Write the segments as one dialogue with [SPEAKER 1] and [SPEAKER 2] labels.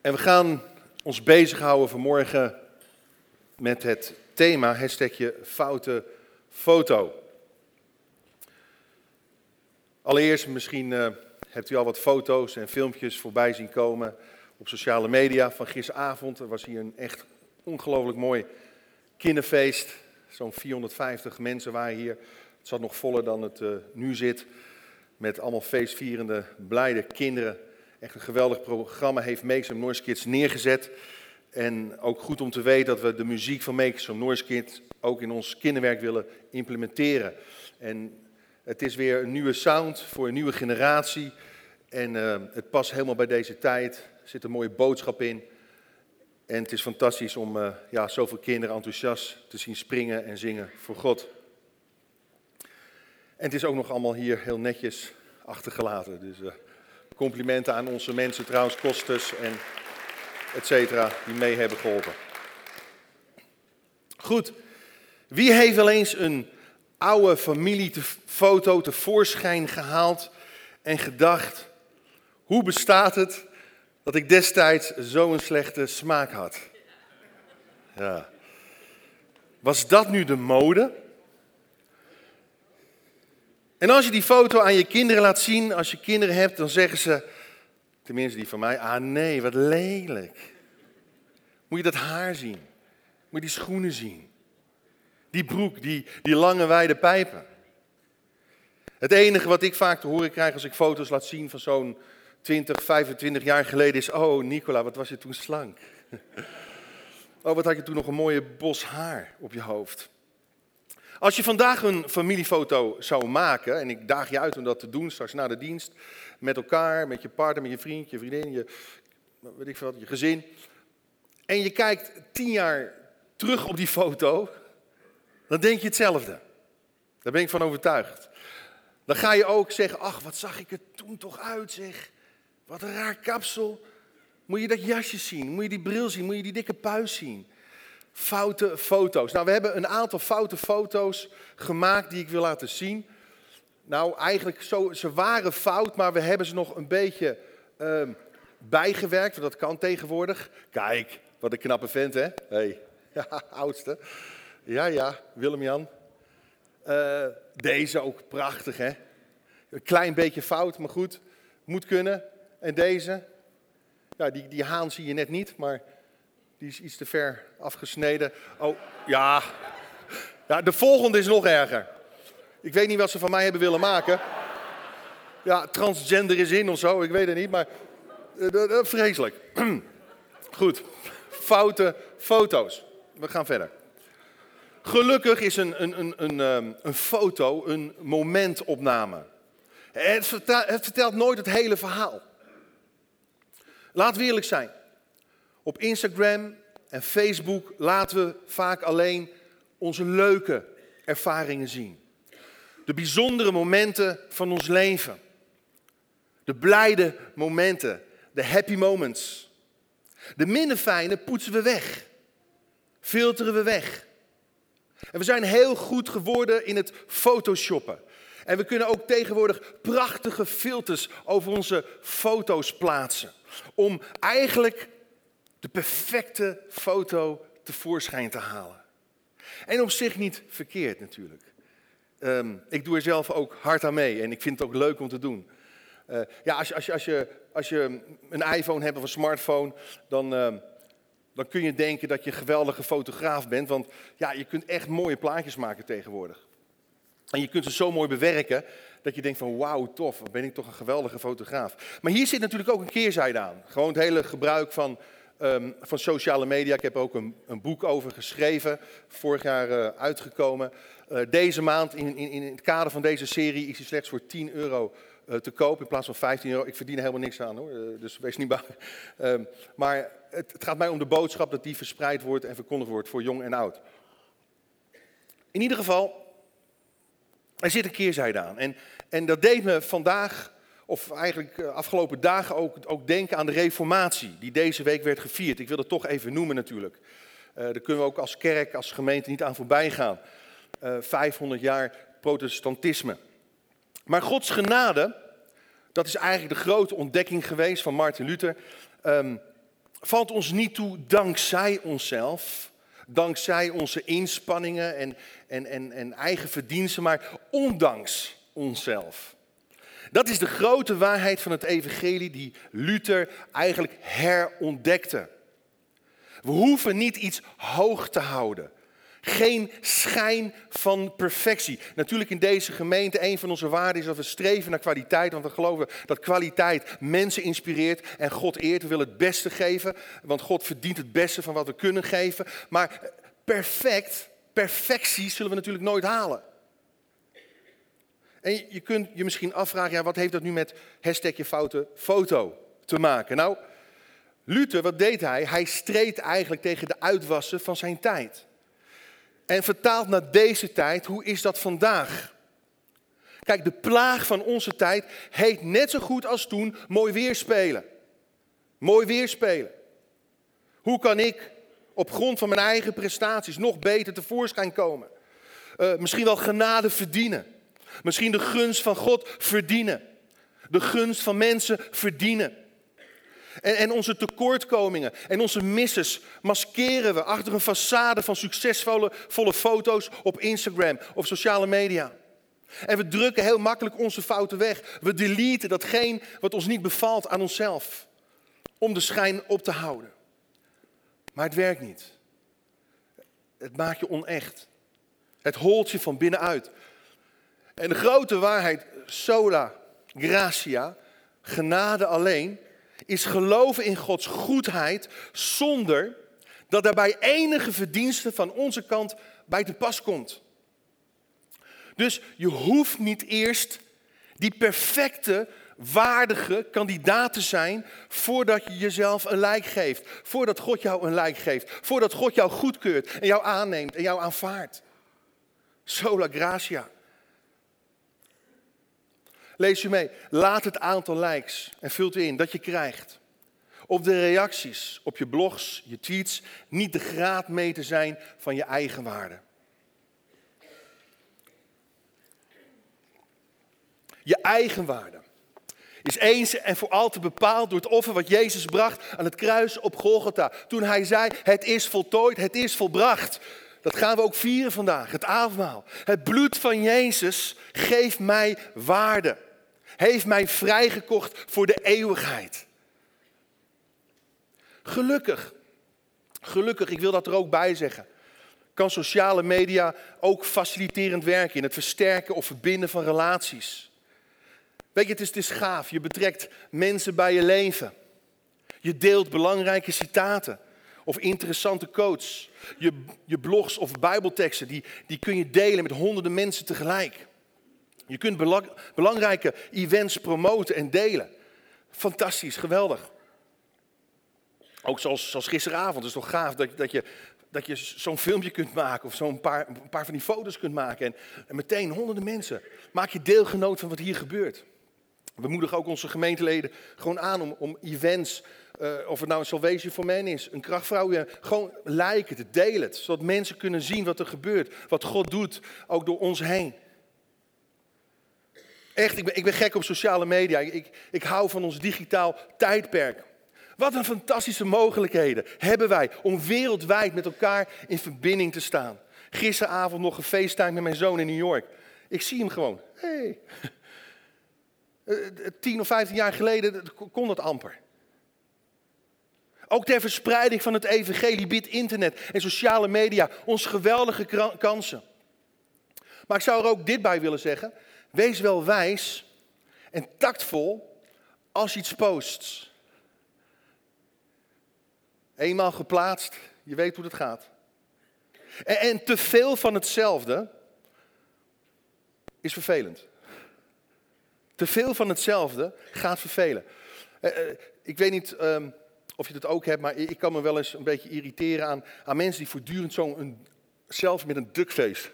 [SPEAKER 1] En we gaan ons bezighouden vanmorgen met het thema hashtagje foute foto. Allereerst, misschien hebt u al wat foto's en filmpjes voorbij zien komen op sociale media van gisteravond. Er was hier een echt ongelooflijk mooi kinderfeest. Zo'n 450 mensen waren hier. Het zat nog voller dan het nu zit. Met allemaal feestvierende, blijde kinderen. Echt een geweldig programma heeft Make Some Noise Kids neergezet. En ook goed om te weten dat we de muziek van Make Some Noise Kids ook in ons kinderwerk willen implementeren. En het is weer een nieuwe sound voor een nieuwe generatie. En het past helemaal bij deze tijd. Er zit een mooie boodschap in. En het is fantastisch om zoveel kinderen enthousiast te zien springen en zingen voor God. En het is ook nog allemaal hier heel netjes achtergelaten. Dus complimenten aan onze mensen trouwens, Kostes en et cetera, die mee hebben geholpen. Goed, wie heeft wel eens een oude familiefoto tevoorschijn gehaald en gedacht: hoe bestaat het dat ik destijds zo'n slechte smaak had? Ja. Was dat nu de mode? En als je die foto aan je kinderen laat zien, als je kinderen hebt, dan zeggen ze, tenminste die van mij, ah nee, wat lelijk. Moet je dat haar zien? Moet je die schoenen zien? Die broek, die lange wijde pijpen. Het enige wat ik vaak te horen krijg als ik foto's laat zien van zo'n 20, 25 jaar geleden is, oh Nicola, wat was je toen slank. Oh, wat had je toen nog een mooie bos haar op je hoofd. Als je vandaag een familiefoto zou maken, en ik daag je uit om dat te doen, straks na de dienst, met elkaar, met je partner, met je vriend, je vriendin, je gezin. En je kijkt 10 jaar terug op die foto, dan denk je hetzelfde. Daar ben ik van overtuigd. Dan ga je ook zeggen, ach, wat zag ik er toen toch uit, zeg. Wat een raar kapsel. Moet je dat jasje zien, moet je die bril zien, moet je die dikke puis zien. Foute foto's. Nou, we hebben een aantal foute foto's gemaakt die ik wil laten zien. Nou, eigenlijk, ze waren fout, maar we hebben ze nog een beetje bijgewerkt. Want dat kan tegenwoordig. Kijk, wat een knappe vent, hè? Hey. Ja, oudste. Ja, Willem-Jan. Deze ook prachtig, hè? Een klein beetje fout, maar goed. Moet kunnen. En deze. Ja, die haan zie je net niet, maar die is iets te ver afgesneden. Oh, ja. Ja, de volgende is nog erger. Ik weet niet wat ze van mij hebben willen maken. Ja, transgender is in of zo, ik weet het niet, maar vreselijk. Goed, foute foto's. We gaan verder. Gelukkig is een foto een momentopname. Het vertelt nooit het hele verhaal. Laten we eerlijk zijn. Op Instagram en Facebook laten we vaak alleen onze leuke ervaringen zien. De bijzondere momenten van ons leven. De blijde momenten, de happy moments. De minder fijne poetsen we weg. Filteren we weg. En we zijn heel goed geworden in het photoshoppen. En we kunnen ook tegenwoordig prachtige filters over onze foto's plaatsen. Om eigenlijk de perfecte foto tevoorschijn te halen. En op zich niet verkeerd natuurlijk. Ik doe er zelf ook hard aan mee en ik vind het ook leuk om te doen. Als je een iPhone hebt of een smartphone, dan kun je denken dat je een geweldige fotograaf bent. Want ja, je kunt echt mooie plaatjes maken tegenwoordig. En je kunt ze zo mooi bewerken dat je denkt van wauw, tof, wat ben ik toch een geweldige fotograaf. Maar hier zit natuurlijk ook een keerzijde aan. Gewoon het hele gebruik van sociale media. Ik heb er ook een boek over geschreven, vorig jaar uitgekomen. Deze maand, in het kader van deze serie, is hij slechts voor €10 te koop in plaats van €15. Ik verdien er helemaal niks aan hoor, dus wees niet bang. Maar het gaat mij om de boodschap dat die verspreid wordt en verkondigd wordt voor jong en oud. In ieder geval, er zit een keerzijde aan. En dat deed me vandaag, of eigenlijk afgelopen dagen ook denken aan de Reformatie, die deze week werd gevierd. Ik wil het toch even noemen natuurlijk. Daar kunnen we ook als kerk, als gemeente niet aan voorbij gaan. 500 jaar protestantisme. Maar Gods genade, dat is eigenlijk de grote ontdekking geweest van Martin Luther. valt ons niet toe dankzij onszelf, dankzij onze inspanningen en eigen verdiensten, maar ondanks onszelf. Dat is de grote waarheid van het evangelie die Luther eigenlijk herontdekte. We hoeven niet iets hoog te houden. Geen schijn van perfectie. Natuurlijk in deze gemeente, een van onze waarden is dat we streven naar kwaliteit. Want we geloven dat kwaliteit mensen inspireert en God eert. We willen het beste geven, want God verdient het beste van wat we kunnen geven. Maar perfectie zullen we natuurlijk nooit halen. En je kunt je misschien afvragen, ja, wat heeft dat nu met #je foute foto te maken? Nou, Luther, wat deed hij? Hij streed eigenlijk tegen de uitwassen van zijn tijd. En vertaald naar deze tijd, hoe is dat vandaag? Kijk, de plaag van onze tijd heet net zo goed als toen mooi weer spelen. Mooi weer spelen. Hoe kan ik op grond van mijn eigen prestaties nog beter tevoorschijn komen? Misschien wel genade verdienen. Misschien de gunst van God verdienen. De gunst van mensen verdienen. En onze tekortkomingen en onze misses maskeren we achter een façade van succesvolle foto's op Instagram of sociale media. En we drukken heel makkelijk onze fouten weg. We deleten datgene wat ons niet bevalt aan onszelf. Om de schijn op te houden. Maar het werkt niet. Het maakt je onecht. Het holt je van binnenuit. En de grote waarheid, sola gratia, genade alleen, is geloven in Gods goedheid zonder dat daarbij enige verdienste van onze kant bij te pas komt. Dus je hoeft niet eerst die perfecte, waardige kandidaat te zijn voordat je jezelf een lijk geeft. Voordat God jou een lijk geeft. Voordat God jou goedkeurt en jou aanneemt en jou aanvaardt. Sola gratia. Lees u mee. Laat het aantal likes en vult u in dat je krijgt. Of de reacties op je blogs, je tweets, niet de graadmeter zijn van je eigen waarde. Je eigen waarde is eens en voor altijd bepaald door het offer wat Jezus bracht aan het kruis op Golgotha. Toen hij zei, het is voltooid, het is volbracht. Dat gaan we ook vieren vandaag, het avondmaal. Het bloed van Jezus geeft mij waarde. Heeft mij vrijgekocht voor de eeuwigheid. Gelukkig, ik wil dat er ook bij zeggen, kan sociale media ook faciliterend werken in het versterken of verbinden van relaties. Weet je, het is gaaf. Je betrekt mensen bij je leven. Je deelt belangrijke citaten of interessante quotes. Je blogs of bijbelteksten, die kun je delen met honderden mensen tegelijk. Je kunt belangrijke events promoten en delen. Fantastisch, geweldig. Ook zoals gisteravond, het is toch gaaf dat je zo'n filmpje kunt maken of een paar van die foto's kunt maken. En meteen honderden mensen. Maak je deelgenoot van wat hier gebeurt. We moedigen ook onze gemeenteleden gewoon aan om events, of het nou een Salvation for Men is, een krachtvrouw, gewoon liken het, deel het. Zodat mensen kunnen zien wat er gebeurt, wat God doet, ook door ons heen. Echt, ik ben gek op sociale media. Ik hou van ons digitaal tijdperk. Wat een fantastische mogelijkheden hebben wij om wereldwijd met elkaar in verbinding te staan. Gisteravond nog gefacetimed met mijn zoon in New York. Ik zie hem gewoon. Hey. 10 of 15 jaar geleden kon dat amper. Ook ter verspreiding van het evangelie biedt internet en sociale media ons geweldige kansen. Maar ik zou er ook dit bij willen zeggen. Wees wel wijs en tactvol als je iets post. Eenmaal geplaatst, je weet hoe het gaat. En te veel van hetzelfde is vervelend. Te veel van hetzelfde gaat vervelen. Ik weet niet of je dat ook hebt, maar ik kan me wel eens een beetje irriteren aan mensen die voortdurend zelfs met een duckface.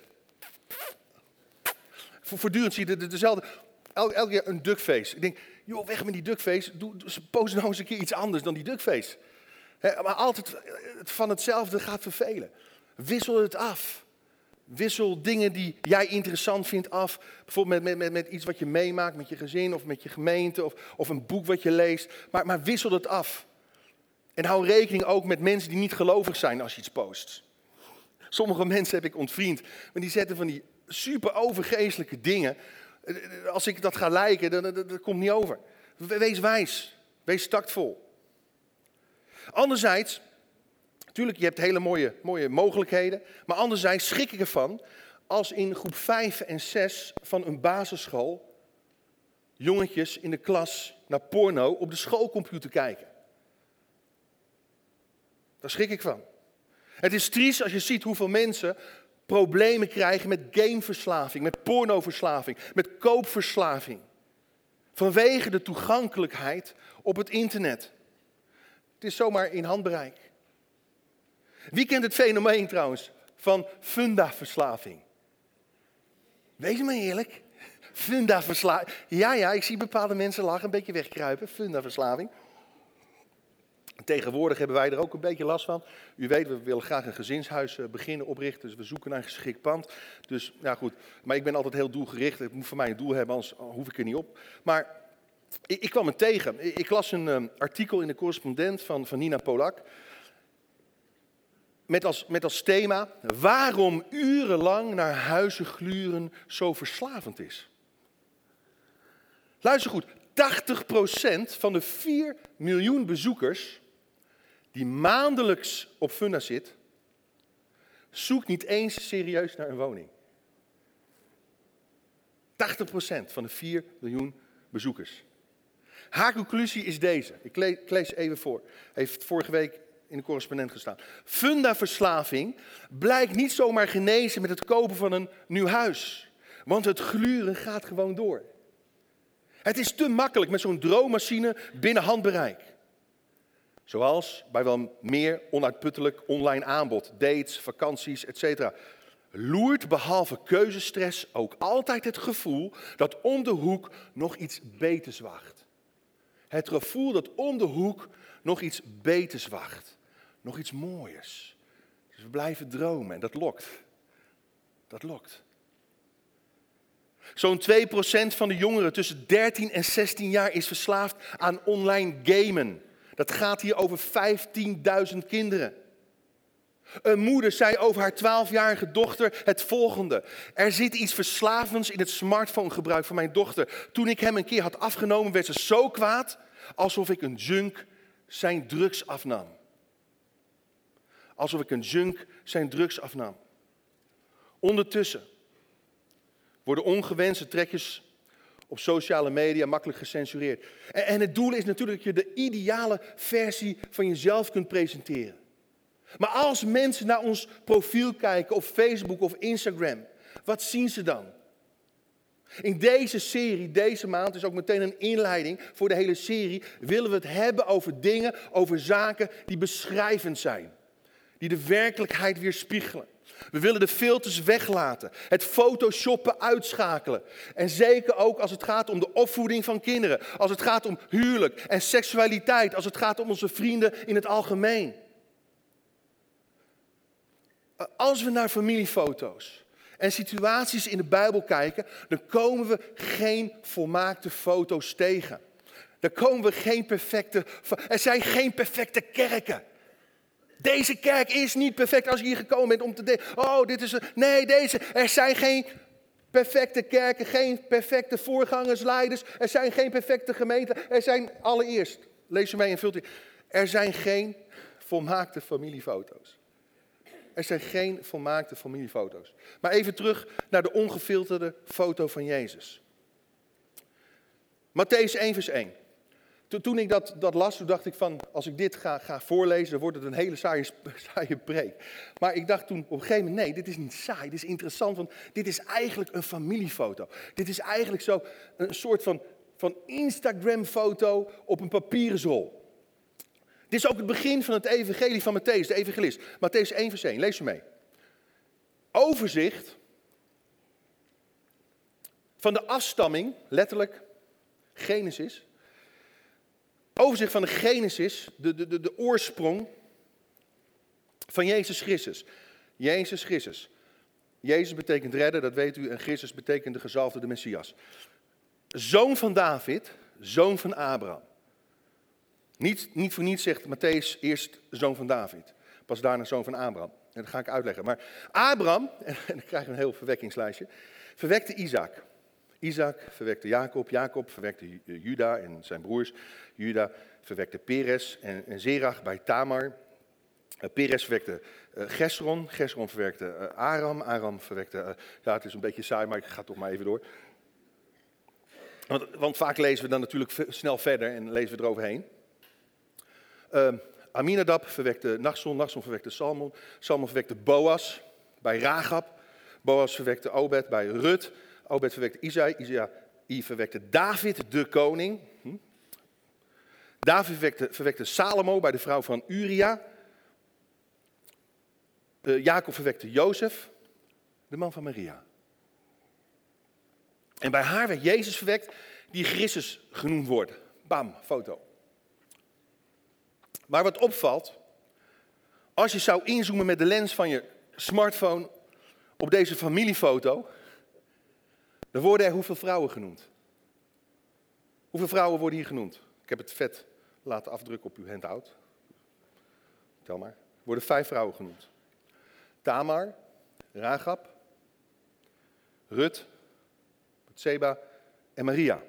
[SPEAKER 1] Voortdurend zie je dezelfde, elke keer een duckface. Ik denk, joh, weg met die duckface, post nou eens een keer iets anders dan die duckface. Maar altijd van hetzelfde gaat vervelen. Wissel het af. Wissel dingen die jij interessant vindt af. Bijvoorbeeld met iets wat je meemaakt met je gezin of met je gemeente of een boek wat je leest. Maar wissel het af. En hou rekening ook met mensen die niet gelovig zijn als je iets post. Sommige mensen heb ik ontvriend, maar die zetten van die super overgeestelijke dingen. Als ik dat ga liken, dat komt niet over. Wees wijs, wees tactvol. Anderzijds, natuurlijk, je hebt hele mooie mogelijkheden. Maar anderzijds schrik ik ervan als in groep 5 en 6 van een basisschool jongetjes in de klas naar porno op de schoolcomputer kijken. Daar schrik ik van. Het is triest als je ziet hoeveel mensen problemen krijgen met gameverslaving, met pornoverslaving, met koopverslaving. Vanwege de toegankelijkheid op het internet. Het is zomaar in handbereik. Wie kent het fenomeen trouwens van fundaverslaving? Wees maar eerlijk. Fundaverslaving. Ja, ik zie bepaalde mensen lachen, een beetje wegkruipen. Fundaverslaving. Tegenwoordig hebben wij er ook een beetje last van. U weet, we willen graag een gezinshuis beginnen oprichten. Dus we zoeken naar een geschikt pand. Dus, ja goed. Maar ik ben altijd heel doelgericht. Het moet voor mij een doel hebben, anders hoef ik er niet op. Maar ik kwam het tegen. Ik las een artikel in de Correspondent van Nina Polak. Met als thema, waarom urenlang naar huizen gluren zo verslavend is. Luister goed, 80% van de 4 miljoen bezoekers die maandelijks op Funda zit, zoekt niet eens serieus naar een woning. 80% van de 4 miljoen bezoekers. Haar conclusie is deze. Ik lees even voor. Heeft vorige week in de Correspondent gestaan. Fundaverslaving blijkt niet zomaar genezen met het kopen van een nieuw huis. Want het gluren gaat gewoon door. Het is te makkelijk met zo'n droommachine binnen handbereik. Zoals bij wel meer onuitputtelijk online aanbod, dates, vakanties, etc. Loert behalve keuzestress ook altijd het gevoel dat om de hoek nog iets beters wacht. Het gevoel dat om de hoek nog iets beters wacht. Nog iets mooiers. Dus we blijven dromen en dat lokt. Dat lokt. Zo'n 2% van de jongeren tussen 13 en 16 jaar is verslaafd aan online gamen. Dat gaat hier over 15.000 kinderen. Een moeder zei over haar 12-jarige dochter het volgende. Er zit iets verslavends in het smartphonegebruik van mijn dochter. Toen ik hem een keer had afgenomen, werd ze zo kwaad alsof ik een junk zijn drugs afnam. Alsof ik een junk zijn drugs afnam. Ondertussen worden ongewenste trekjes op sociale media makkelijk gecensureerd. En het doel is natuurlijk dat je de ideale versie van jezelf kunt presenteren. Maar als mensen naar ons profiel kijken op Facebook of Instagram, wat zien ze dan? In deze serie, deze maand, is ook meteen een inleiding voor de hele serie, willen we het hebben over dingen, over zaken die beschrijvend zijn. Die de werkelijkheid weerspiegelen. We willen de filters weglaten, het photoshoppen uitschakelen. En zeker ook als het gaat om de opvoeding van kinderen. Als het gaat om huwelijk en seksualiteit. Als het gaat om onze vrienden in het algemeen. Als we naar familiefoto's en situaties in de Bijbel kijken, dan komen we geen volmaakte foto's tegen. Dan komen we geen perfecte. Er zijn geen perfecte kerken. Deze kerk is niet perfect als je hier gekomen bent om te denken, oh dit is nee deze. Er zijn geen perfecte kerken, geen perfecte voorgangers, leiders. Er zijn geen perfecte gemeenten. Er zijn allereerst, lees je mee en vult u. Er zijn geen volmaakte familiefoto's. Er zijn geen volmaakte familiefoto's. Maar even terug naar de ongefilterde foto van Jezus. Mattheüs 1 vers 1. Toen ik dat las, toen dacht ik van, als ik dit ga voorlezen, dan wordt het een hele saaie preek. Maar ik dacht toen op een gegeven moment, nee, dit is niet saai, dit is interessant, want dit is eigenlijk een familiefoto. Dit is eigenlijk zo een soort van Instagram-foto op een papieren rol. Dit is ook het begin van het evangelie van Mattheüs, de evangelist. Mattheüs 1 vers 1, lees je mee. Overzicht van de afstamming, letterlijk, Genesis. Overzicht van de Genesis, de oorsprong van Jezus Christus. Jezus Christus. Jezus betekent redder, dat weet u. En Christus betekent de gezalfde, de Messias. Zoon van David, zoon van Abraham. Niet voor niets zegt Matthäus eerst zoon van David. Pas daarna zoon van Abraham. En dat ga ik uitleggen. Maar Abraham, en dan krijg je een heel verwekkingslijstje, verwekte Isaac. Isaac verwekte Jacob. Jacob verwekte Juda en zijn broers. Juda verwekte Peres en Zerach bij Tamar. Peres verwekte Gesron. Gesron verwekte Aram. Aram verwekte... ja, het is een beetje saai, maar ik ga toch maar even door. Want vaak lezen we dan natuurlijk snel verder en lezen we eroverheen. Aminadab verwekte Nachson. Nachson verwekte Salmon. Salmon verwekte Boas bij Ragab. Boas verwekte Obed bij Rut. Obed verwekte Isaï. Isaï verwekte David, de koning. David verwekte Salomo bij de vrouw van Uria. Jacob verwekte Jozef, de man van Maria. En bij haar werd Jezus verwekt, die Christus genoemd wordt. Bam, foto. Maar wat opvalt, als je zou inzoomen met de lens van je smartphone op deze familiefoto, dan worden er hoeveel vrouwen genoemd? Hoeveel vrouwen worden hier genoemd? Ik heb het vet laten afdrukken op uw handout. Tel maar. Er worden 5 vrouwen genoemd. Tamar, Ragab, Rut, Batseba en Maria.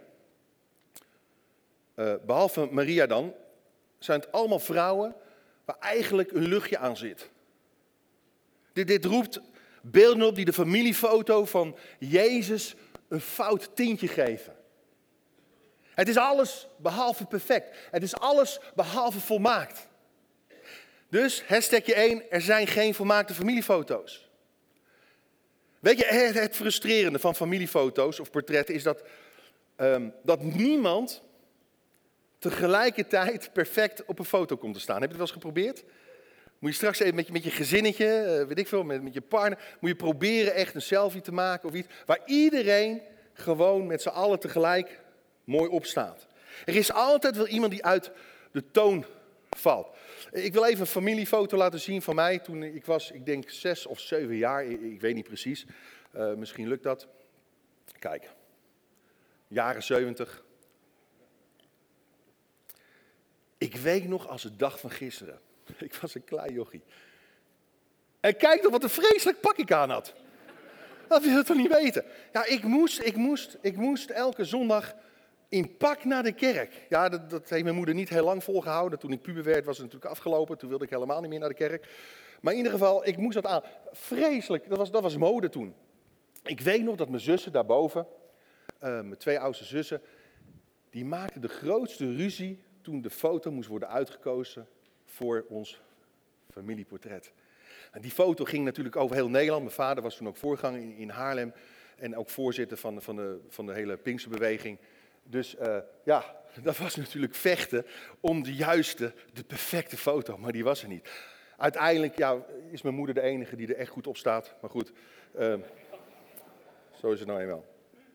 [SPEAKER 1] Behalve Maria dan, zijn het allemaal vrouwen waar eigenlijk een luchtje aan zit. Dit roept beelden op die de familiefoto van Jezus een fout tintje geven. Het is alles behalve perfect. Het is alles behalve volmaakt. Dus, hashtagje 1, er zijn geen volmaakte familiefoto's. Weet je, het frustrerende van familiefoto's of portretten is dat niemand tegelijkertijd perfect op een foto komt te staan. Heb je het wel eens geprobeerd? Moet je straks even met je gezinnetje, weet ik veel, met je partner, moet je proberen echt een selfie te maken of iets, waar iedereen gewoon met z'n allen tegelijk mooi op staat. Er is altijd wel iemand die uit de toon valt. Ik wil even een familiefoto laten zien van mij toen ik was, ik denk 6 of 7 jaar, ik weet niet precies. Misschien lukt dat. Kijk, jaren 70. Ik weet nog als de dag van gisteren. Ik was een klein jochie. En kijk nog wat een vreselijk pak ik aan had. Dat wil je toch niet weten? Ja, ik moest elke zondag in pak naar de kerk. Ja, dat heeft mijn moeder niet heel lang volgehouden. Toen ik puber werd was het natuurlijk afgelopen. Toen wilde ik helemaal niet meer naar de kerk. Maar in ieder geval, ik moest dat aan. Vreselijk, dat was mode toen. Ik weet nog dat mijn zussen daarboven, mijn 2 oudste zussen, die maakten de grootste ruzie toen de foto moest worden uitgekozen voor ons familieportret. En die foto ging natuurlijk over heel Nederland. Mijn vader was toen ook voorganger in Haarlem en ook voorzitter van de hele Pinksterbeweging. Dus ja, dat was natuurlijk vechten om de perfecte foto, maar die was er niet. Uiteindelijk ja, is mijn moeder de enige die er echt goed op staat, maar goed, zo is het nou eenmaal.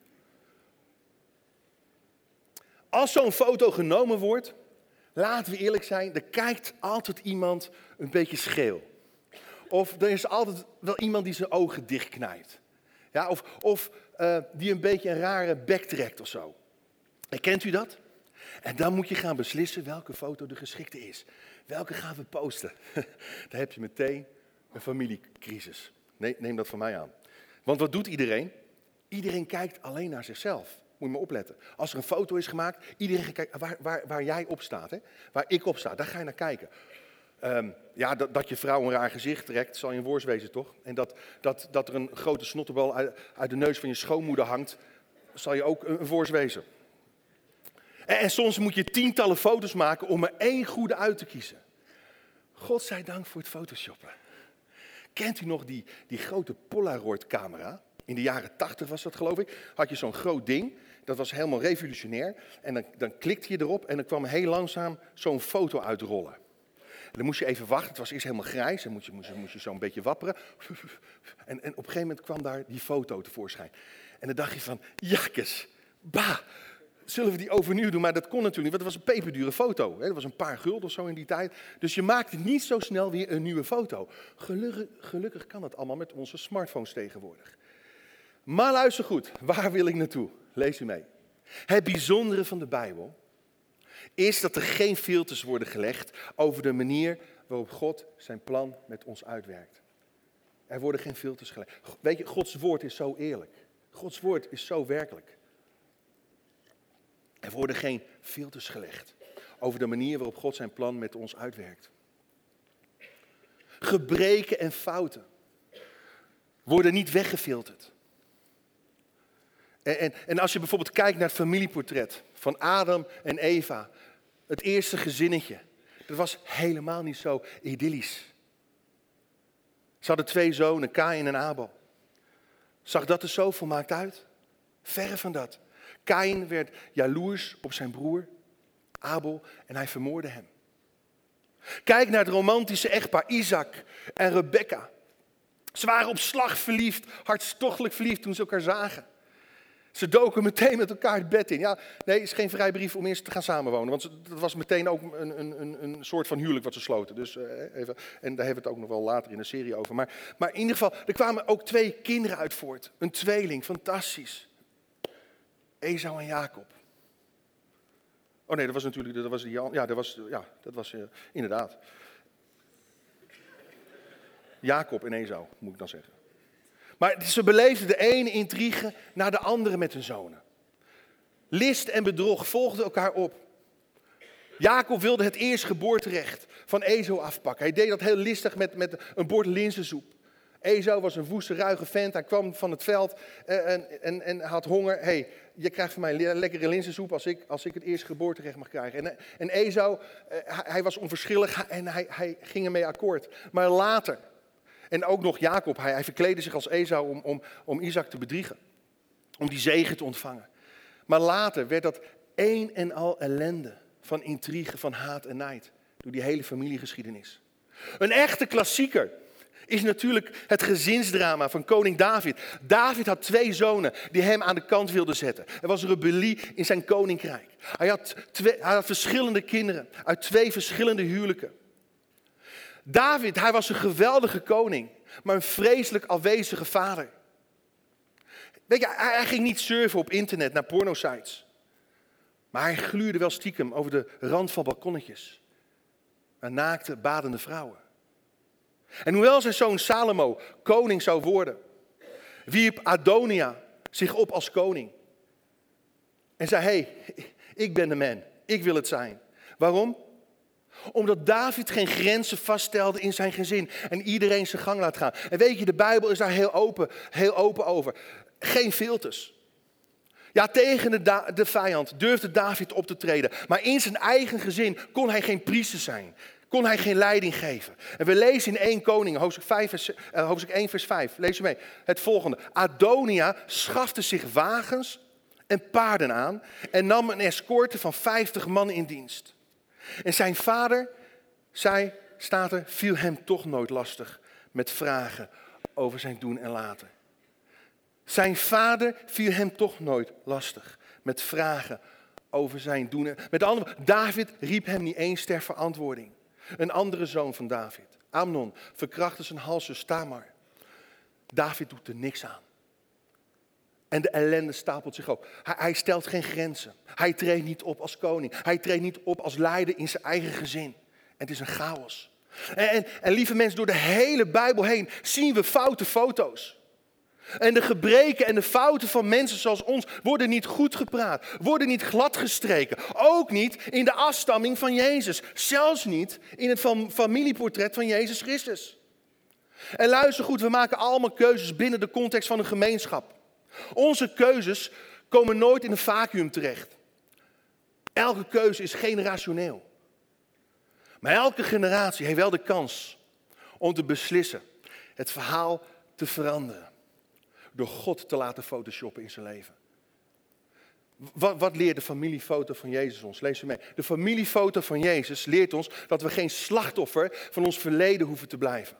[SPEAKER 1] Als zo'n foto genomen wordt, laten we eerlijk zijn, er kijkt altijd iemand een beetje scheel. Of er is altijd wel iemand die zijn ogen dichtknijpt. Ja, of die een beetje een rare bek trekt of zo. Herkent u dat? En dan moet je gaan beslissen welke foto de geschikte is. Welke gaan we posten? Dan heb je meteen een familiecrisis. Nee, neem dat van mij aan. Want wat doet iedereen? Iedereen kijkt alleen naar zichzelf. Moet je maar opletten. Als er een foto is gemaakt, iedereen gaat kijken waar jij op staat. Hè? Waar ik op sta, daar ga je naar kijken. Ja, dat je vrouw een raar gezicht trekt, zal je een worst wezen, toch? En dat er een grote snotterbal uit de neus van je schoonmoeder hangt, zal je ook een worst wezen. En soms moet je tientallen foto's maken om er 1 goede uit te kiezen. Godzijdank voor het photoshoppen. Kent u nog die grote Polaroid-camera? In de jaren 80 was dat, geloof ik. Had je zo'n groot ding. Dat was helemaal revolutionair. En dan klikte je erop en dan kwam heel langzaam zo'n foto uitrollen. En dan moest je even wachten. Het was eerst helemaal grijs. En moest je zo'n beetje wapperen. En op een gegeven moment kwam daar die foto tevoorschijn. En dan dacht je van, jakkes, bah, zullen we die overnieuw doen? Maar dat kon natuurlijk niet, want het was een peperdure foto. Dat was een paar gulden of zo in die tijd. Dus je maakte niet zo snel weer een nieuwe foto. Gelukkig kan dat allemaal met onze smartphones tegenwoordig. Maar luister goed, waar wil ik naartoe? Lees u mee. Het bijzondere van de Bijbel is dat er geen filters worden gelegd over de manier waarop God zijn plan met ons uitwerkt. Er worden geen filters gelegd. Weet je, Gods woord is zo eerlijk. Gods woord is zo werkelijk. Er worden geen filters gelegd over de manier waarop God zijn plan met ons uitwerkt. Gebreken en fouten worden niet weggefilterd. En als je bijvoorbeeld kijkt naar het familieportret van Adam en Eva, het eerste gezinnetje, dat was helemaal niet zo idyllisch. Ze hadden 2 zonen, Kaïn en Abel. Zag dat er zo volmaakt uit? Verre van dat. Kaïn werd jaloers op zijn broer Abel en hij vermoordde hem. Kijk naar het romantische echtpaar Isaac en Rebecca. Ze waren op slag verliefd, hartstochtelijk verliefd toen ze elkaar zagen. Ze doken meteen met elkaar het bed in. Ja, nee, het is geen vrijbrief om eerst te gaan samenwonen. Want dat was meteen ook een soort van huwelijk wat ze sloten. Dus, even, en daar hebben we het ook nog wel later in de serie over. Maar in ieder geval, er kwamen ook 2 kinderen uit voort. Een tweeling, fantastisch. Esau en Jacob. Oh nee, dat was natuurlijk, dat was inderdaad. Jacob en Esau, moet ik dan zeggen. Maar ze beleefden de ene intrige naar de andere met hun zonen. List en bedrog volgden elkaar op. Jacob wilde het eerstgeboorterecht van Esau afpakken. Hij deed dat heel listig met een bord linzensoep. Esau was een woeste, ruige vent. Hij kwam van het veld en had honger. Hey, je krijgt van mij een lekkere linzensoep als ik het eerstgeboorterecht mag krijgen. En Esau, hij was onverschillig en hij ging ermee akkoord. Maar later, en ook nog Jacob, hij verkleedde zich als Esau om Isaac te bedriegen. Om die zegen te ontvangen. Maar later werd dat een en al ellende van intrigue, van haat en nijd. Door die hele familiegeschiedenis. Een echte klassieker is natuurlijk het gezinsdrama van koning David. David had 2 zonen die hem aan de kant wilden zetten. Er was rebellie in zijn koninkrijk. Hij had verschillende kinderen uit 2 verschillende huwelijken. David, hij was een geweldige koning, maar een vreselijk afwezige vader. Weet je, hij ging niet surfen op internet naar pornosites. Maar hij gluurde wel stiekem over de rand van balkonnetjes. Naar naakte, badende vrouwen. En hoewel zijn zoon Salomo koning zou worden, wierp Adonia zich op als koning. En zei, hey, ik ben de man, ik wil het zijn. Waarom? Omdat David geen grenzen vaststelde in zijn gezin en iedereen zijn gang laat gaan. En weet je, de Bijbel is daar heel open over. Geen filters. Ja, tegen de vijand durfde David op te treden. Maar in zijn eigen gezin kon hij geen priester zijn. Kon hij geen leiding geven. En we lezen in 1 Koningen, hoofdstuk 1 vers 5. Lees je mee. Het volgende. Adonia schafte zich wagens en paarden aan en nam een escorte van 50 mannen in dienst. En zijn vader, viel hem toch nooit lastig met vragen over zijn doen en laten. Zijn vader viel hem toch nooit lastig met vragen over zijn doen. Met andere woorden, David riep hem niet eens ter verantwoording. Een andere zoon van David, Amnon, verkrachtte zijn halszus Tamar. David doet er niks aan. En de ellende stapelt zich op. Hij stelt geen grenzen. Hij treedt niet op als koning. Hij treedt niet op als leider in zijn eigen gezin. En het is een chaos. En lieve mensen, door de hele Bijbel heen zien we foute foto's. En de gebreken en de fouten van mensen zoals ons worden niet goed gepraat. Worden niet gladgestreken. Ook niet in de afstamming van Jezus. Zelfs niet in het familieportret van Jezus Christus. En luister goed, we maken allemaal keuzes binnen de context van een gemeenschap. Onze keuzes komen nooit in een vacuüm terecht. Elke keuze is generationeel. Maar elke generatie heeft wel de kans om te beslissen het verhaal te veranderen. Door God te laten photoshoppen in zijn leven. Wat leert de familiefoto van Jezus ons? Lees je mee. De familiefoto van Jezus leert ons dat we geen slachtoffer van ons verleden hoeven te blijven.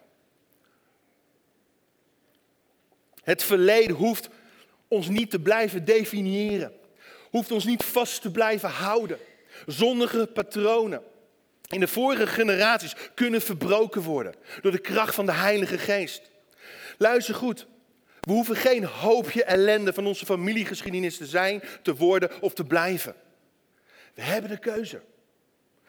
[SPEAKER 1] Het verleden hoeft ons niet te blijven definiëren. Hoeft ons niet vast te blijven houden. Zondige patronen in de vorige generaties kunnen verbroken worden door de kracht van de Heilige Geest. Luister goed. We hoeven geen hoopje ellende van onze familiegeschiedenis te zijn, te worden of te blijven. We hebben de keuze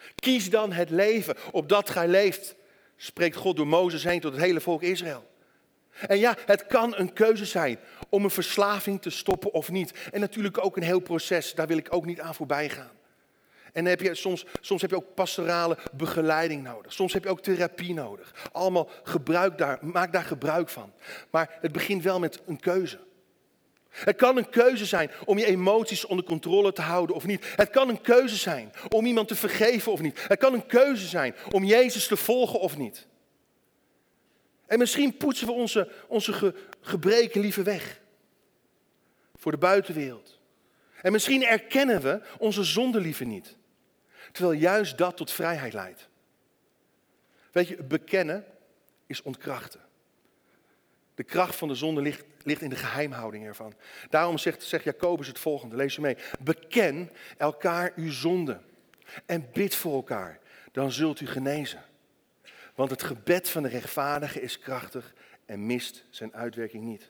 [SPEAKER 1] Kies dan het leven, opdat gij leeft, spreekt God door Mozes heen tot het hele volk Israël. En ja, het kan een keuze zijn om een verslaving te stoppen of niet. En natuurlijk ook een heel proces, daar wil ik ook niet aan voorbij gaan. En dan heb je soms heb je ook pastorale begeleiding nodig. Soms heb je ook therapie nodig. Allemaal maak daar gebruik van. Maar het begint wel met een keuze. Het kan een keuze zijn om je emoties onder controle te houden of niet. Het kan een keuze zijn om iemand te vergeven of niet. Het kan een keuze zijn om Jezus te volgen of niet. En misschien poetsen we onze gebreken liever weg. Voor de buitenwereld. En misschien erkennen we onze zonde liever niet. Terwijl juist dat tot vrijheid leidt. Weet je, bekennen is ontkrachten. De kracht van de zonde ligt in de geheimhouding ervan. Daarom zegt Jacobus het volgende, lees je mee. Beken elkaar uw zonde en bid voor elkaar, dan zult u genezen. Want het gebed van de rechtvaardige is krachtig en mist zijn uitwerking niet.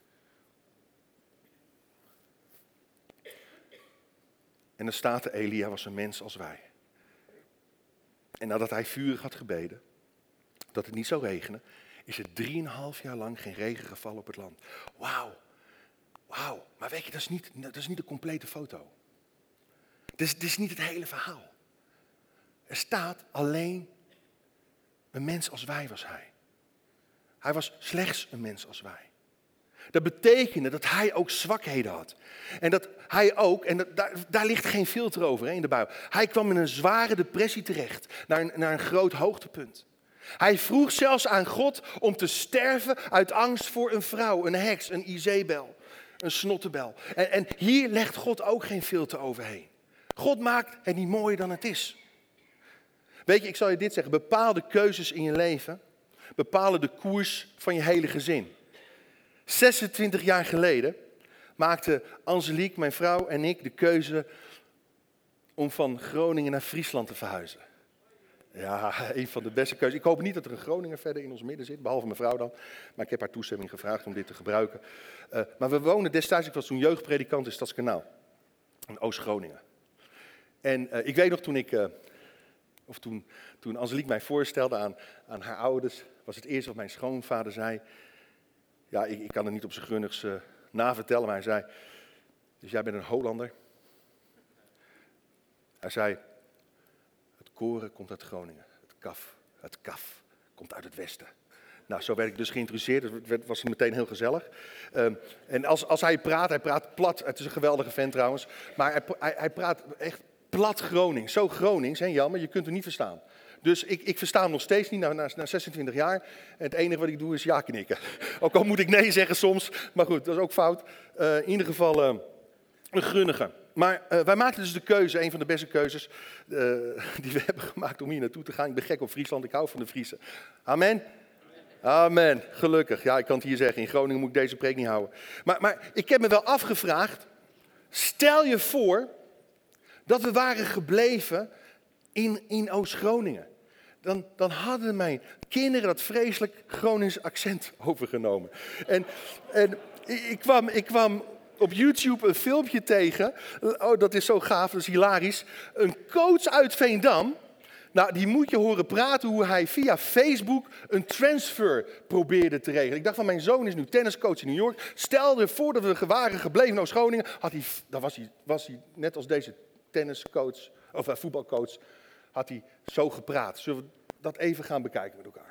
[SPEAKER 1] En dan staat er, Elia was een mens als wij. En nadat hij vurig had gebeden, dat het niet zou regenen, is er 3,5 jaar lang geen regen gevallen op het land. Wauw. Maar weet je, dat is niet de complete foto. Dit is niet het hele verhaal. Er staat alleen, een mens als wij was hij. Hij was slechts een mens als wij. Dat betekende dat hij ook zwakheden had. En dat hij ook, en daar ligt geen filter over in de Bijbel. Hij kwam in een zware depressie terecht, naar een groot hoogtepunt. Hij vroeg zelfs aan God om te sterven uit angst voor een vrouw, een heks, een Izebel, een snottebel. En hier legt God ook geen filter overheen. God maakt het niet mooier dan het is. Weet je, ik zal je dit zeggen, bepaalde keuzes in je leven bepalen de koers van je hele gezin. 26 jaar geleden maakte Angelique, mijn vrouw en ik de keuze om van Groningen naar Friesland te verhuizen. Ja, een van de beste keuzes. Ik hoop niet dat er een Groninger verder in ons midden zit, behalve mijn vrouw dan. Maar ik heb haar toestemming gevraagd om dit te gebruiken. Maar we woonden destijds, ik was toen jeugdpredikant in Stadskanaal, in Oost-Groningen. En ik weet nog toen Angelique mij voorstelde aan haar ouders, was het eerste wat mijn schoonvader zei. Ja, ik kan het niet op zijn grunnigs navertellen, maar hij zei, dus jij bent een Hollander? Hij zei, het koren komt uit Groningen, het kaf komt uit het westen. Nou, zo werd ik dus geïntroduceerd, het was meteen heel gezellig. En als hij praat plat, het is een geweldige vent trouwens, maar hij praat echt plat Gronings, zo Gronings, hè Jan, maar je kunt hem niet verstaan. Dus ik versta hem nog steeds niet na 26 jaar. En het enige wat ik doe is ja knikken. Ook al moet ik nee zeggen soms. Maar goed, dat is ook fout. In ieder geval een grunnige. Maar wij maakten dus de keuze, een van de beste keuzes die we hebben gemaakt om hier naartoe te gaan. Ik ben gek op Friesland, ik hou van de Friesen. Amen? Amen, gelukkig. Ja, ik kan het hier zeggen, in Groningen moet ik deze preek niet houden. Maar ik heb me wel afgevraagd, stel je voor dat we waren gebleven in Oost-Groningen. Dan hadden mijn kinderen dat vreselijk Gronings accent overgenomen. En ik kwam op YouTube een filmpje tegen. Oh, dat is zo gaaf, dat is hilarisch. Een coach uit Veendam. Nou, die moet je horen praten hoe hij via Facebook een transfer probeerde te regelen. Ik dacht van, mijn zoon is nu tenniscoach in New York. Stel je voor dat we waren gebleven in Oost-Groningen. Dan was hij net als deze tenniscoach, of voetbalcoach, had hij zo gepraat. Zullen we dat even gaan bekijken met elkaar?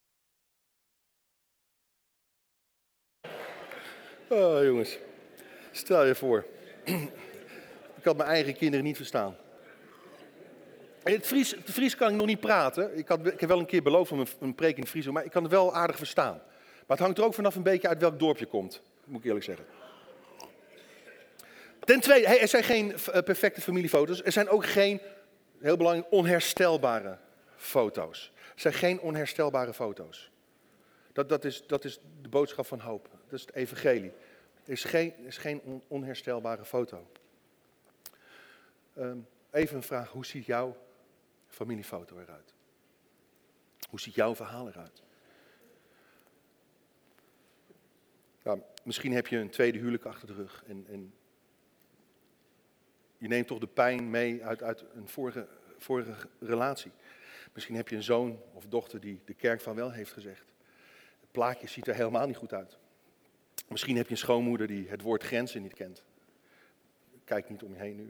[SPEAKER 1] Oh, jongens. Stel je voor. Ik had mijn eigen kinderen niet verstaan. In het Fries kan ik nog niet praten. Ik heb wel een keer beloofd om een preek in het Fries, maar ik kan het wel aardig verstaan. Maar het hangt er ook vanaf een beetje uit welk dorp je komt, moet ik eerlijk zeggen. Ten tweede, er zijn geen perfecte familiefoto's. Er zijn ook geen, heel belangrijk, onherstelbare foto's. Er zijn geen onherstelbare foto's. Dat is de boodschap van hoop. Dat is het evangelie. Er is geen onherstelbare foto. Even een vraag, hoe ziet jouw familiefoto eruit? Hoe ziet jouw verhaal eruit? Nou, misschien heb je een tweede huwelijk achter de rug en je neemt toch de pijn mee uit een vorige relatie. Misschien heb je een zoon of dochter die de kerk van wel heeft gezegd. Het plaatje ziet er helemaal niet goed uit. Misschien heb je een schoonmoeder die het woord grenzen niet kent. Kijk niet om je heen nu.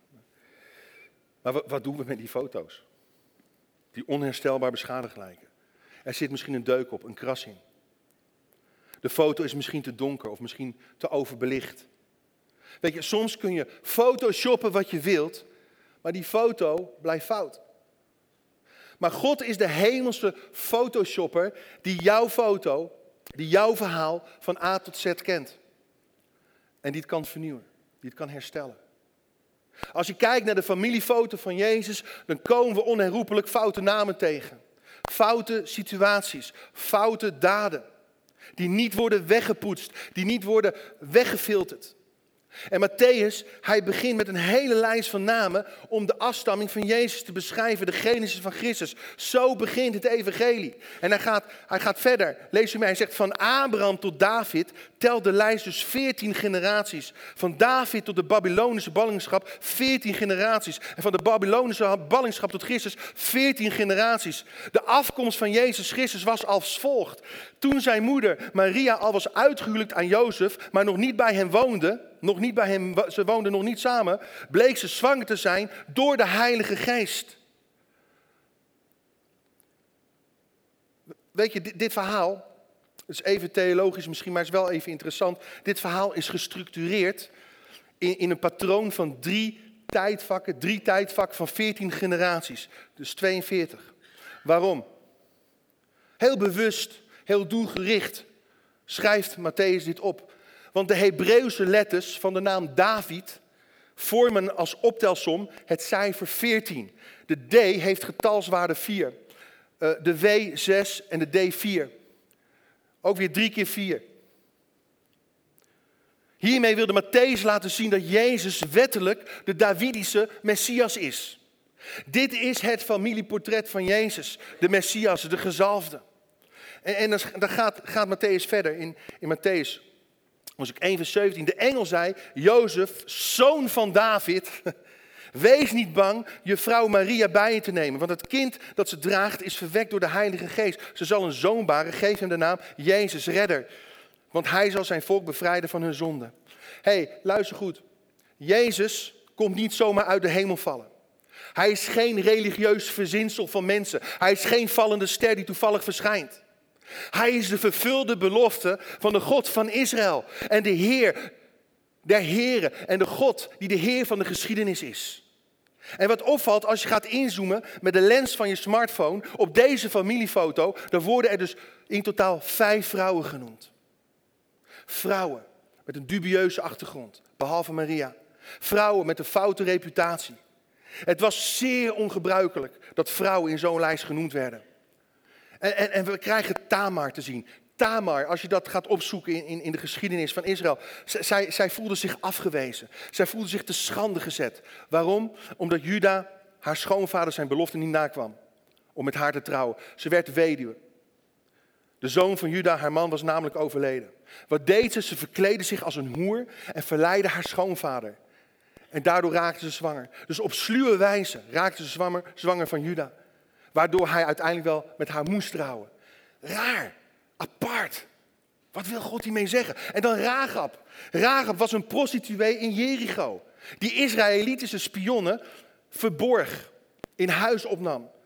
[SPEAKER 1] Maar wat doen we met die foto's? Die onherstelbaar beschadigd lijken. Er zit misschien een deuk op, een kras in. De foto is misschien te donker of misschien te overbelicht. Weet je, soms kun je photoshoppen wat je wilt, maar die foto blijft fout. Maar God is de hemelse photoshopper die jouw foto, die jouw verhaal van A tot Z kent. En die het kan vernieuwen, die het kan herstellen. Als je kijkt naar de familiefoto van Jezus, dan komen we onherroepelijk foute namen tegen. Foute situaties, foute daden. Die niet worden weggepoetst, die niet worden weggefilterd. En Matthäus, hij begint met een hele lijst van namen om de afstamming van Jezus te beschrijven, de genesis van Christus. Zo begint het evangelie. En hij gaat verder. Lees u mij, hij zegt van Abraham tot David telt de lijst dus 14 generaties. Van David tot de Babylonische ballingschap 14 generaties. En van de Babylonische ballingschap tot Christus 14 generaties. De afkomst van Jezus Christus was als volgt. Toen zijn moeder Maria al was uitgehuwelijkt aan Jozef, maar nog niet bij hem woonde, ze woonden nog niet samen, bleek ze zwanger te zijn door de Heilige Geest. Weet je, dit verhaal, het is even theologisch misschien, maar het is wel even interessant. Dit verhaal is gestructureerd in een patroon van 3 tijdvakken van 14 generaties. Dus 42. Waarom? Heel bewust, heel doelgericht schrijft Matthäus dit op. Want de Hebreeuwse letters van de naam David vormen als optelsom het cijfer 14. De D heeft getalswaarde 4. De W 6 en de D 4. Ook weer 3 keer 4. Hiermee wilde Matthäus laten zien dat Jezus wettelijk de Davidische Messias is. Dit is het familieportret van Jezus, de Messias, de gezalfde. En dan gaat Matthäus verder in Matthäus. Als ik 1 vers 17, de engel zei, Jozef, zoon van David, wees niet bang je vrouw Maria bij je te nemen. Want het kind dat ze draagt is verwekt door de Heilige Geest. Ze zal een zoon baren, geef hem de naam Jezus, redder. Want hij zal zijn volk bevrijden van hun zonde. Luister goed. Jezus komt niet zomaar uit de hemel vallen. Hij is geen religieus verzinsel van mensen. Hij is geen vallende ster die toevallig verschijnt. Hij is de vervulde belofte van de God van Israël. En de Heer der Heren en de God die de Heer van de geschiedenis is. En wat opvalt als je gaat inzoomen met de lens van je smartphone op deze familiefoto, dan worden er dus in totaal 5 vrouwen genoemd. Vrouwen met een dubieuze achtergrond, behalve Maria. Vrouwen met een foute reputatie. Het was zeer ongebruikelijk dat vrouwen in zo'n lijst genoemd werden. En we krijgen Tamar te zien. Tamar, als je dat gaat opzoeken in de geschiedenis van Israël. Zij voelde zich afgewezen. Zij voelde zich te schande gezet. Waarom? Omdat Juda, haar schoonvader, zijn belofte niet nakwam. Om met haar te trouwen. Ze werd weduwe. De zoon van Juda, haar man, was namelijk overleden. Wat deed ze? Ze verkleedde zich als een hoer en verleidde haar schoonvader. En daardoor raakte ze zwanger. Dus op sluwe wijze raakte ze zwanger van Juda. Waardoor hij uiteindelijk wel met haar moest trouwen. Raar, apart. Wat wil God hiermee zeggen? En dan Rahab. Rahab was een prostituee in Jericho. Die Israëlitische spionnen verborg, in huis opnam.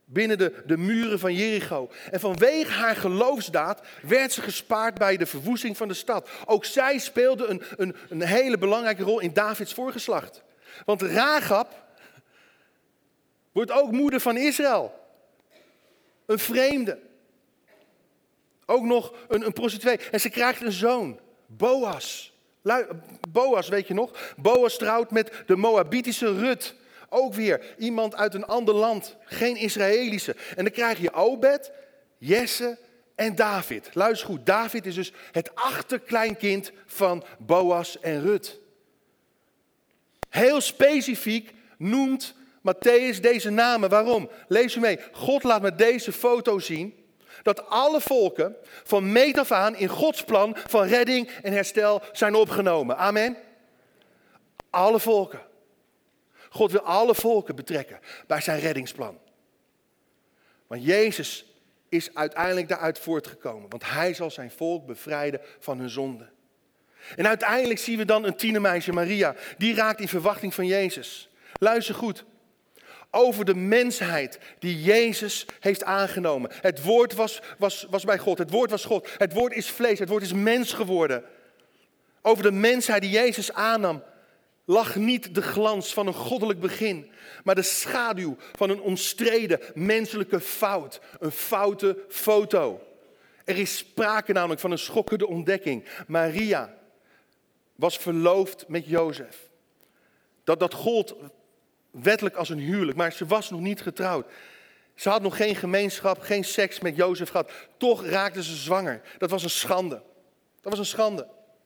[SPEAKER 1] binnen de muren van Jericho. En vanwege haar geloofsdaad werd ze gespaard bij de verwoesting van de stad. Ook zij speelde een hele belangrijke rol in Davids voorgeslacht. Want Rahab wordt ook moeder van Israël. Een vreemde. Ook nog een prostituee. En ze krijgt een zoon, Boas. Boas, weet je nog? Boas trouwt met de Moabitische Rut. Ook weer iemand uit een ander land. Geen Israëlische. En dan krijg je Obed, Jesse en David. Luister goed, David is dus het achterkleinkind van Boas en Rut. Heel specifiek noemt Mattheüs deze namen. Waarom? Lees u mee. God laat met deze foto zien dat alle volken van meet af aan in Gods plan van redding en herstel zijn opgenomen. Amen. Alle volken. God wil alle volken betrekken bij zijn reddingsplan. Want Jezus is uiteindelijk daaruit voortgekomen. Want hij zal zijn volk bevrijden van hun zonde. En uiteindelijk zien we dan een tienermeisje, Maria. Die raakt in verwachting van Jezus. Luister goed. Over de mensheid die Jezus heeft aangenomen. Het woord was bij God. Het woord was God. Het woord is vlees. Het woord is mens geworden. Over de mensheid die Jezus aannam lag niet de glans van een goddelijk begin, maar de schaduw van een omstreden menselijke fout. Een foute foto. Er is sprake namelijk van een schokkende ontdekking. Maria was verloofd met Jozef. Dat gold wettelijk als een huwelijk, maar ze was nog niet getrouwd. Ze had nog geen gemeenschap, geen seks met Jozef gehad. Toch raakte ze zwanger. Dat was een schande. Dat was een schande.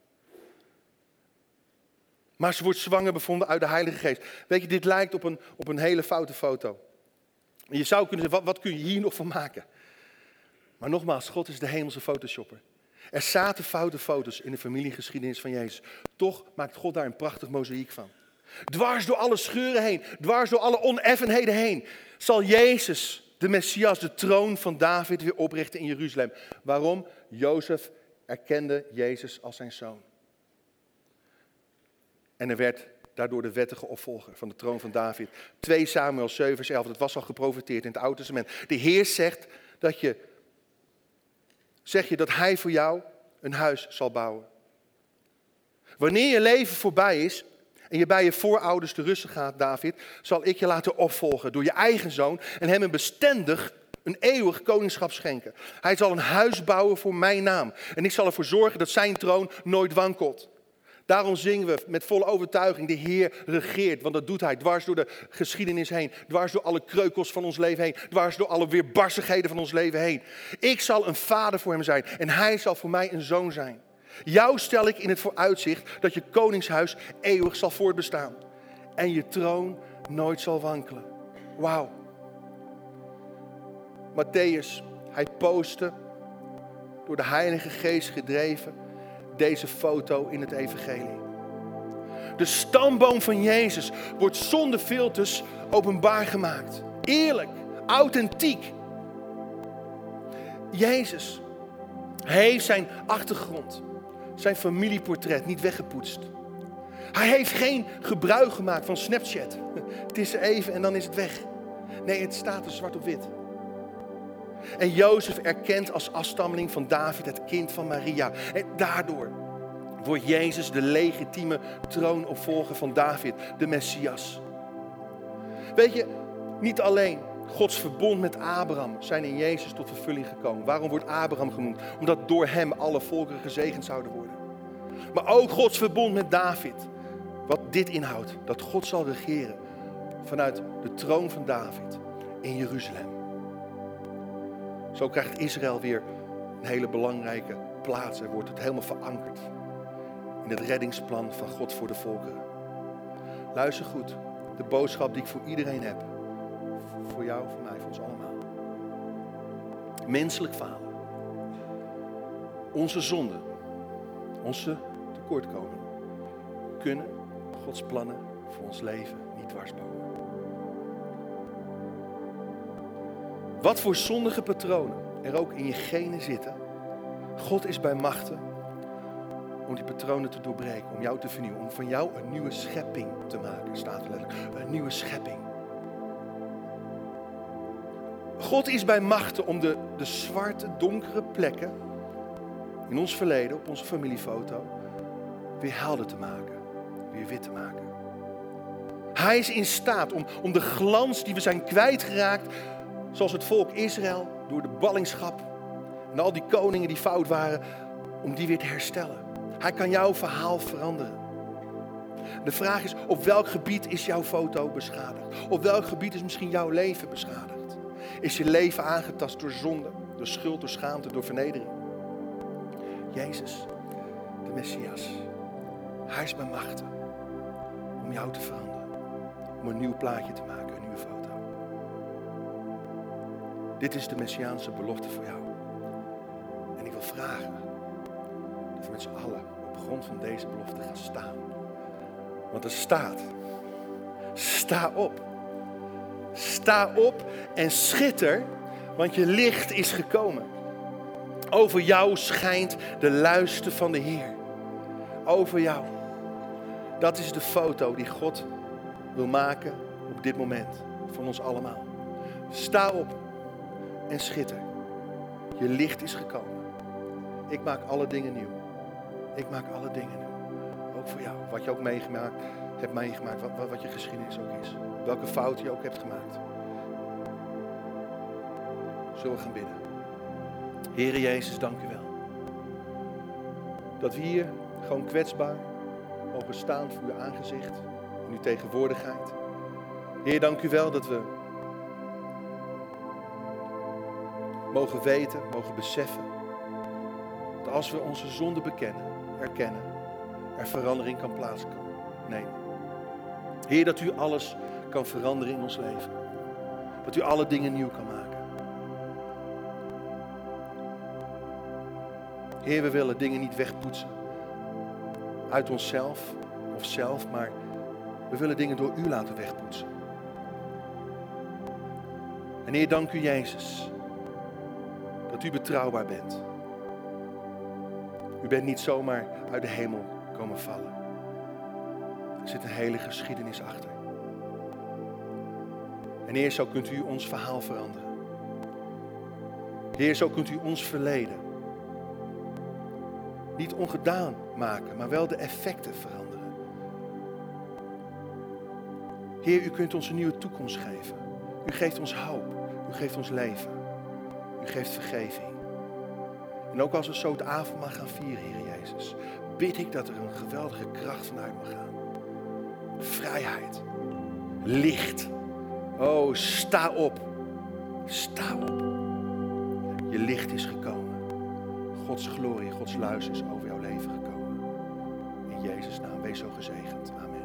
[SPEAKER 1] Maar ze wordt zwanger bevonden uit de Heilige Geest. Weet je, dit lijkt op een hele foute foto. Je zou kunnen zeggen, wat kun je hier nog van maken? Maar nogmaals, God is de hemelse photoshopper. Er zaten foute foto's in de familiegeschiedenis van Jezus. Toch maakt God daar een prachtig mozaïek van. Dwars door alle scheuren heen, dwars door alle oneffenheden heen, zal Jezus, de Messias, de troon van David weer oprichten in Jeruzalem. Waarom? Jozef erkende Jezus als zijn zoon. En er werd daardoor de wettige opvolger van de troon van David. 2 Samuel 7 vers 11, dat was al geprofeteerd in het Oude Testament. De Heer zegt zeg je dat hij voor jou een huis zal bouwen. Wanneer je leven voorbij is en je bij je voorouders te rusten gaat, David, zal ik je laten opvolgen door je eigen zoon en hem een eeuwig koningschap schenken. Hij zal een huis bouwen voor mijn naam en ik zal ervoor zorgen dat zijn troon nooit wankelt. Daarom zingen we met volle overtuiging, de Heer regeert. Want dat doet hij dwars door de geschiedenis heen. Dwars door alle kreukels van ons leven heen. Dwars door alle weerbarstigheden van ons leven heen. Ik zal een vader voor hem zijn. En hij zal voor mij een zoon zijn. Jou stel ik in het vooruitzicht dat je koningshuis eeuwig zal voortbestaan. En je troon nooit zal wankelen. Wauw. Mattheüs, hij postte door de Heilige Geest gedreven deze foto in het evangelie. De stamboom van Jezus wordt zonder filters openbaar gemaakt. Eerlijk, authentiek. Jezus heeft zijn achtergrond, zijn familieportret niet weggepoetst. Hij heeft geen gebruik gemaakt van Snapchat. Het is er even en dan is het weg. Nee, het staat er zwart op wit. En Jozef erkent als afstammeling van David het kind van Maria. En daardoor wordt Jezus de legitieme troonopvolger van David, de Messias. Weet je, niet alleen Gods verbond met Abraham zijn in Jezus tot vervulling gekomen. Waarom wordt Abraham genoemd? Omdat door hem alle volkeren gezegend zouden worden. Maar ook Gods verbond met David. Wat dit inhoudt, dat God zal regeren vanuit de troon van David in Jeruzalem. Zo krijgt Israël weer een hele belangrijke plaats en wordt het helemaal verankerd in het reddingsplan van God voor de volkeren. Luister goed, de boodschap die ik voor iedereen heb. Voor jou, voor mij, voor ons allemaal. Menselijk falen. Onze zonden, onze tekortkomingen kunnen Gods plannen voor ons leven niet dwarsbomen. Wat voor zondige patronen er ook in je genen zitten. God is bij machten om die patronen te doorbreken, om jou te vernieuwen, om van jou een nieuwe schepping te maken, staat er letterlijk. Een nieuwe schepping. God is bij machten om de zwarte, donkere plekken in ons verleden, op onze familiefoto, weer helder te maken. Weer wit te maken. Hij is in staat om de glans die we zijn kwijtgeraakt, zoals het volk Israël, door de ballingschap en al die koningen die fout waren, om die weer te herstellen. Hij kan jouw verhaal veranderen. De vraag is, op welk gebied is jouw foto beschadigd? Op welk gebied is misschien jouw leven beschadigd? Is je leven aangetast door zonde, door schuld, door schaamte, door vernedering? Jezus, de Messias, hij is bij machten om jou te veranderen. Om een nieuw plaatje te maken, een nieuwe foto. Dit is de Messiaanse belofte voor jou. En ik wil vragen dat we met z'n allen op grond van deze belofte gaan staan. Want er staat, sta op. Sta op en schitter, want je licht is gekomen. Over jou schijnt de luister van de Heer. Over jou. Dat is de foto die God wil maken op dit moment. Van ons allemaal. Sta op en schitter. Je licht is gekomen. Ik maak alle dingen nieuw. Ik maak alle dingen nieuw. Ook voor jou. Wat je ook hebt meegemaakt. Wat je geschiedenis ook is. Welke fout je ook hebt gemaakt. Zullen we gaan bidden. Heere Jezus, dank u wel. Dat we hier gewoon kwetsbaar mogen staan voor uw aangezicht. In uw tegenwoordigheid. Heer, dank u wel dat we mogen weten, mogen beseffen. Dat als we onze zonde bekennen, erkennen, er verandering kan plaatsnemen. Heer, dat u alles kan veranderen in ons leven. Dat u alle dingen nieuw kan maken. Heer, we willen dingen niet wegpoetsen. Uit onszelf of zelf, maar we willen dingen door u laten wegpoetsen. En Heer, dank u Jezus. Dat u betrouwbaar bent. U bent niet zomaar uit de hemel komen vallen. Er zit een hele geschiedenis achter. En Heer, zo kunt u ons verhaal veranderen. Heer, zo kunt u ons verleden niet ongedaan maken, maar wel de effecten veranderen. Heer, u kunt ons een nieuwe toekomst geven. U geeft ons hoop. U geeft ons leven. U geeft vergeving. En ook als we zo het avondmaal gaan vieren, Heer Jezus, bid ik dat er een geweldige kracht vanuit mag gaan. Vrijheid. Licht. Oh, sta op. Sta op. Je licht is gekomen. Gods glorie, Gods luister is over jouw leven gekomen. In Jezus' naam, wees zo gezegend. Amen.